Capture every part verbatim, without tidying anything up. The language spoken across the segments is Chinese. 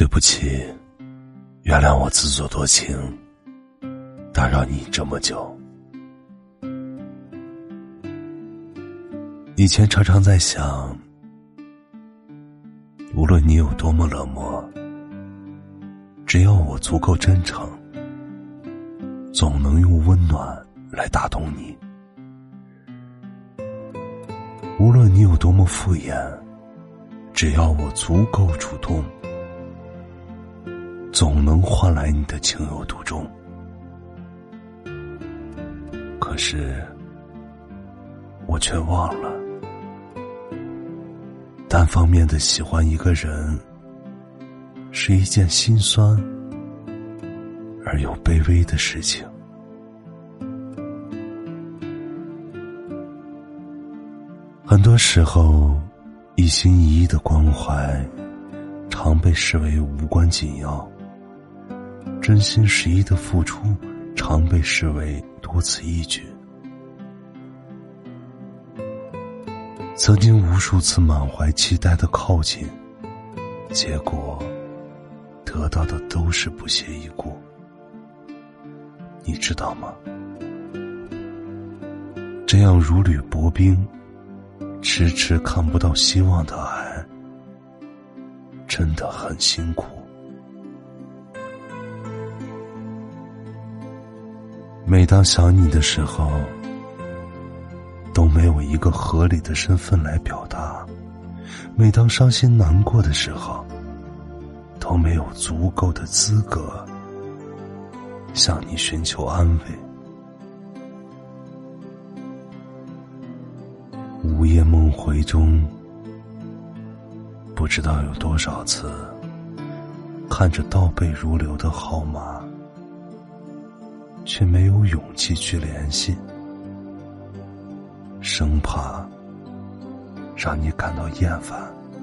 对不起，原谅我自作多情，打扰你这么久。以前常常在想，无论你有多么冷漠，只要我足够真诚，总能用温暖来打动你。无论你有多么敷衍，只要我足够主动，总能换来你的情有独钟。可是我却忘了，单方面的喜欢一个人是一件心酸而又卑微的事情。很多时候，一心一意的关怀常被视为无关紧要，真心实意的付出常被视为多此一举。曾经无数次满怀期待的靠近，结果得到的都是不屑一顾。你知道吗？这样如履薄冰，迟迟看不到希望的爱，真的很辛苦。每当想你的时候，都没有一个合理的身份来表达；每当伤心难过的时候，都没有足够的资格向你寻求安慰。午夜梦回中，不知道有多少次看着倒背如流的号码，却没有勇气去联系，生怕让你感到厌烦。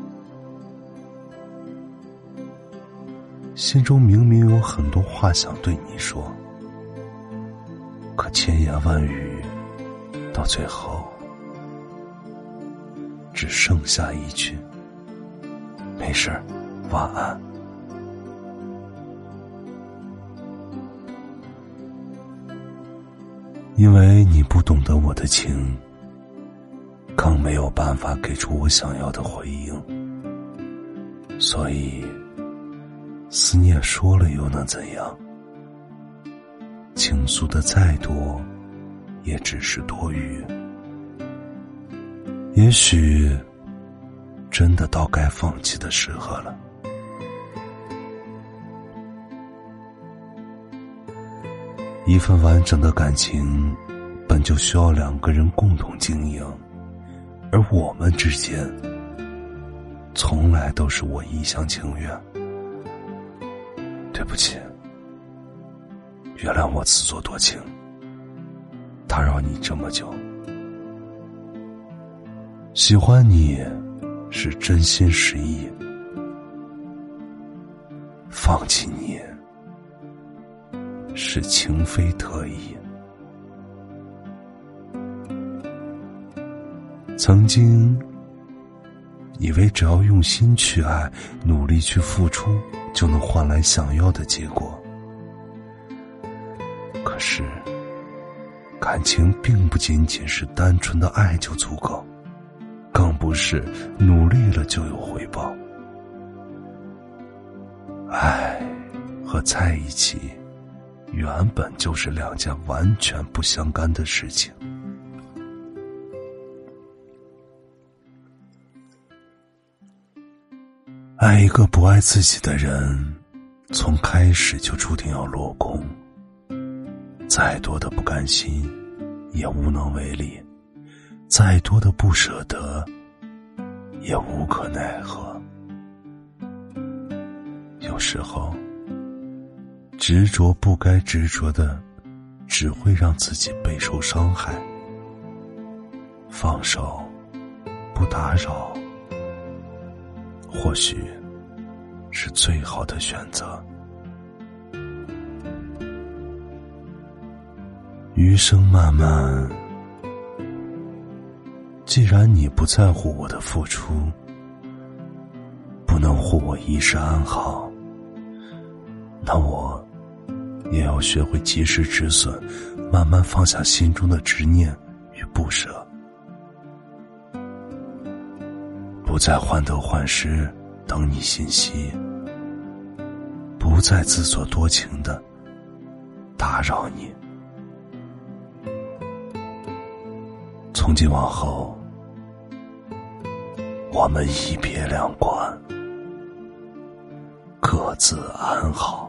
心中明明有很多话想对你说，可千言万语到最后只剩下一句没事儿，晚安。因为你不懂得我的情，更没有办法给出我想要的回应，所以思念说了又能怎样？倾诉的再多也只是多余。也许真的到该放弃的时候了。一份完整的感情本就需要两个人共同经营，而我们之间从来都是我一厢情愿。对不起，原谅我自作多情，打扰你这么久。喜欢你是真心实意，放弃你是情非得已。曾经以为只要用心去爱，努力去付出，就能换来想要的结果。可是感情并不仅仅是单纯的爱就足够，更不是努力了就有回报。爱和在一起原本就是两件完全不相干的事情。爱一个不爱自己的人，从开始就注定要落空。再多的不甘心也无能为力，再多的不舍得也无可奈何。有时候执着不该执着的，只会让自己备受伤害。放手，不打扰，或许是最好的选择。余生漫漫，既然你不在乎我的付出，不能护我一世安好， 那我也要学会及时止损，慢慢放下心中的执念与不舍，不再患得患失等你信息，不再自作多情的打扰你。从今往后，我们一别两宽，各自安好。